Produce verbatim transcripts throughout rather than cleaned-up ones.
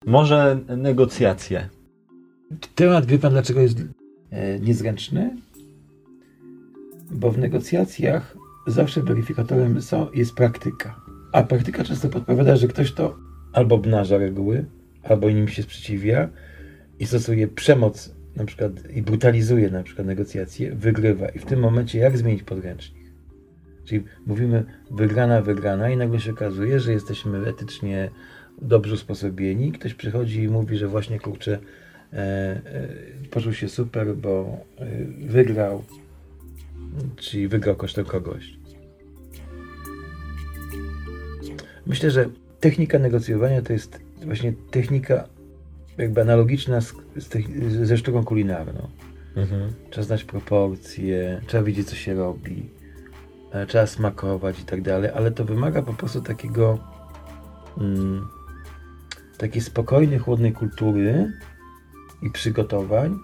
Może negocjacje. Temat, wie pan, dlaczego jest e, niezręczny? Bo w negocjacjach zawsze weryfikatorem są, jest praktyka. A praktyka często podpowiada, że ktoś to albo obnaża reguły, albo im się sprzeciwia i stosuje przemoc na przykład i brutalizuje na przykład negocjacje, wygrywa. I w tym momencie jak zmienić podręcznik? Czyli mówimy wygrana, wygrana i nagle się okazuje, że jesteśmy etycznie dobrze usposobieni. Ktoś przychodzi i mówi, że właśnie kurczę, e, e, poczuł się super, bo e, wygrał, czyli wygrał kosztem kogoś. Myślę, że technika negocjowania to jest właśnie technika jakby analogiczna z, z techni- ze sztuką kulinarną. Mhm. Trzeba znać proporcje, trzeba wiedzieć, co się robi, e, trzeba smakować i tak dalej, ale to wymaga po prostu takiego mm, takiej spokojnej, chłodnej kultury i przygotowań,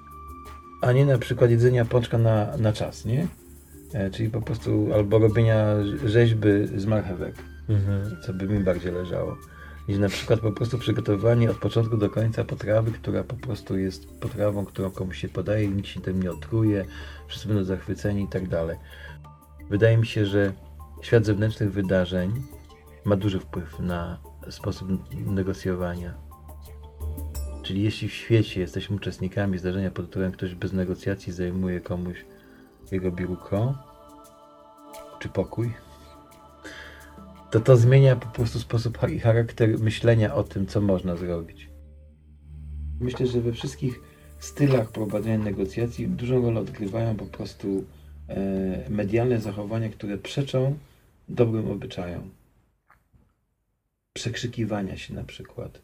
a nie na przykład jedzenia pączka na, na czas, nie? E, czyli po prostu albo robienia rzeźby z marchewek, Mhm. co by mi bardziej leżało. Niż na przykład po prostu przygotowanie od początku do końca potrawy, która po prostu jest potrawą, którą komuś się podaje, nikt się tym nie odkruje, wszyscy będą zachwyceni i tak dalej. Wydaje mi się, że świat zewnętrznych wydarzeń ma duży wpływ na sposób negocjowania. Czyli jeśli w świecie jesteśmy uczestnikami zdarzenia, pod którym ktoś bez negocjacji zajmuje komuś jego biurko czy pokój, to to zmienia po prostu sposób i charakter myślenia o tym, co można zrobić. Myślę, że we wszystkich stylach prowadzenia negocjacji dużą rolę odgrywają po prostu e, medialne zachowania, które przeczą dobrym obyczajom. Przekrzykiwania się na przykład,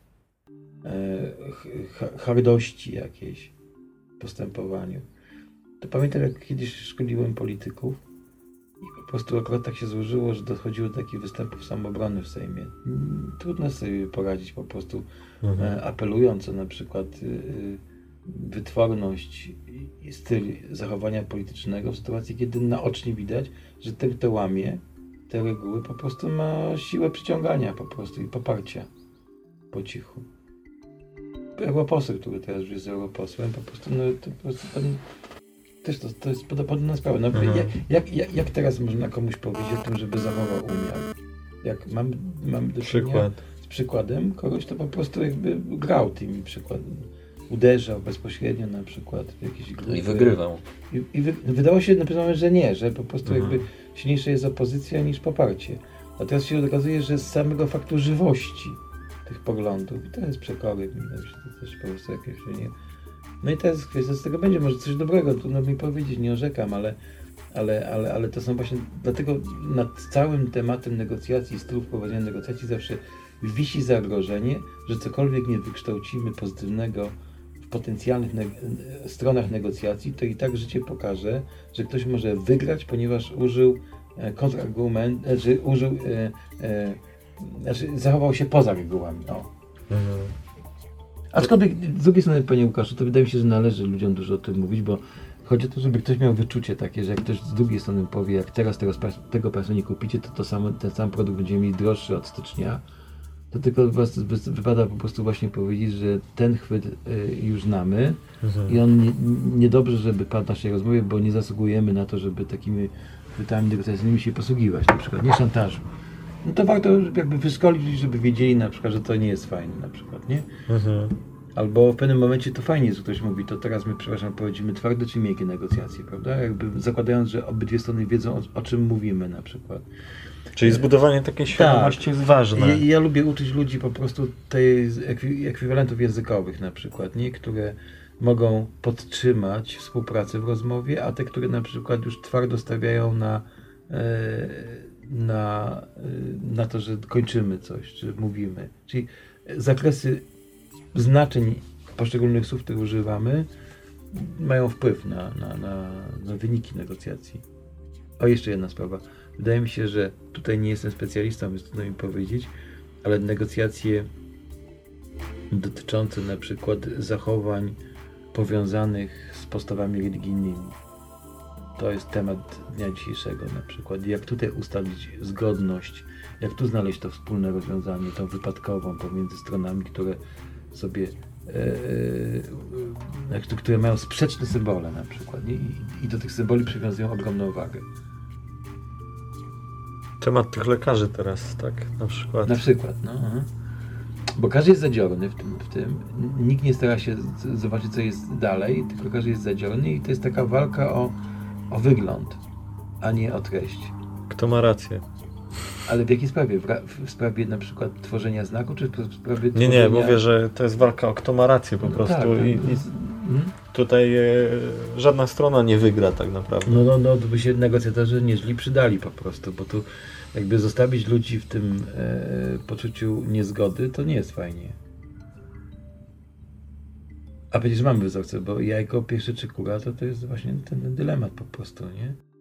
e, ch- hardości jakiejś w postępowaniu. To pamiętam, jak kiedyś szkoliłem polityków i po prostu akurat tak się złożyło, że dochodziło do takich występów samobrony w Sejmie. Trudno sobie poradzić po prostu Mhm. e, apelując o na przykład y, y, wytworność i styl zachowania politycznego w sytuacji, kiedy naocznie widać, że ten, kto łamie te reguły, po prostu ma siłę przyciągania po prostu i poparcia po cichu. Europoseł, który teraz już jest europosłem, po prostu, no to po prostu ten, też to, to jest podobna sprawa. No, Mhm. jak, jak, jak, jak teraz można komuś powiedzieć o tym, żeby zachował umiar? Jak mam, mam do czynienia Przykład. z przykładem kogoś, to po prostu jakby grał tymi przykładami. Uderzał bezpośrednio na przykład w jakieś grupy. I wygrywał. I, i wy, wydało się na pewno moment, że nie, że po prostu Mhm. jakby silniejsza jest opozycja niż poparcie. A teraz się okazuje, że z samego faktu żywości tych poglądów, i to jest przekory, to też po prostu jakieś nie. No i teraz kwestia, z tego będzie może coś dobrego, trudno mi powiedzieć, nie orzekam, ale, ale, ale, ale to są właśnie, dlatego nad całym tematem negocjacji, stylów prowadzenia negocjacji zawsze wisi zagrożenie, że cokolwiek nie wykształcimy pozytywnego w potencjalnych neg- stronach negocjacji, to i tak życie pokaże, że ktoś może wygrać, ponieważ użył e, kontrargument, znaczy użył, e, e, znaczy zachował się poza regułami. O. Mhm. Aczkolwiek z drugiej strony, panie Łukaszu, to wydaje mi się, że należy ludziom dużo o tym mówić, bo chodzi o to, żeby ktoś miał wyczucie takie, że jak ktoś z drugiej strony powie, jak teraz tego, tego Państwo nie kupicie, to, to samo, ten sam produkt będziemy mieli droższy od stycznia, to tylko was- wy- wypada po prostu właśnie powiedzieć, że ten chwyt y, już znamy Mhm. i on nie, niedobrze, żeby padł w naszej rozmowie, bo nie zasługujemy na to, żeby takimi chwytami negocjacyjnymi się posługiwać, na przykład nie szantażu. No to warto żeby jakby wyszkolić, żeby wiedzieli na przykład, że to nie jest fajne na przykład, nie? Mhm. Albo w pewnym momencie to fajnie jest, że ktoś mówi, to teraz my, przepraszam, prowadzimy twarde czy miękkie negocjacje, prawda? Jakby zakładając, że obydwie strony wiedzą, o, o czym mówimy na przykład. Czyli zbudowanie takiej świadomości jest ważne. I ja lubię uczyć ludzi po prostu tej ekwi- ekwiwalentów językowych na przykład, nie? Które mogą podtrzymać współpracę w rozmowie, a te, które na przykład już twardo stawiają na, e, na, e, na to, że kończymy coś, czy mówimy. Czyli zakresy znaczeń poszczególnych słów, których używamy, mają wpływ na, na, na, na wyniki negocjacji. O, jeszcze jedna sprawa. Wydaje mi się, że tutaj nie jestem specjalistą, więc trudno mi powiedzieć, ale negocjacje dotyczące na przykład zachowań powiązanych z postawami religijnymi. To jest temat dnia dzisiejszego na przykład. Jak tutaj ustalić zgodność, jak tu znaleźć to wspólne rozwiązanie, tą wypadkową pomiędzy stronami, które sobie, e, e, które mają sprzeczne symbole na przykład, nie? I, i do tych symboli przywiązują ogromną wagę. Temat tych lekarzy teraz, tak? Na przykład. Na przykład, no. Aha. Bo każdy jest zadziorny w tym, w tym. Nikt nie stara się z- zobaczyć, co jest dalej, tylko każdy jest zadziorny i to jest taka walka o, o wygląd, a nie o treść. Kto ma rację? Ale w jakiej sprawie? W, ra- w sprawie na przykład tworzenia znaku, czy w sprawie Nie, tworzenia... nie, mówię, że to jest walka o kto ma rację po No prostu. tak, tak. I, i Mhm. tutaj e, żadna strona nie wygra tak naprawdę. No, no, no, to by się negocjatorzy nieźli przydali po prostu, bo tu jakby zostawić ludzi w tym e, poczuciu niezgody, to nie jest fajnie. A przecież mamy wzorce, bo jajko, pierwsze czy kura, to to jest właśnie ten, ten dylemat po prostu, nie?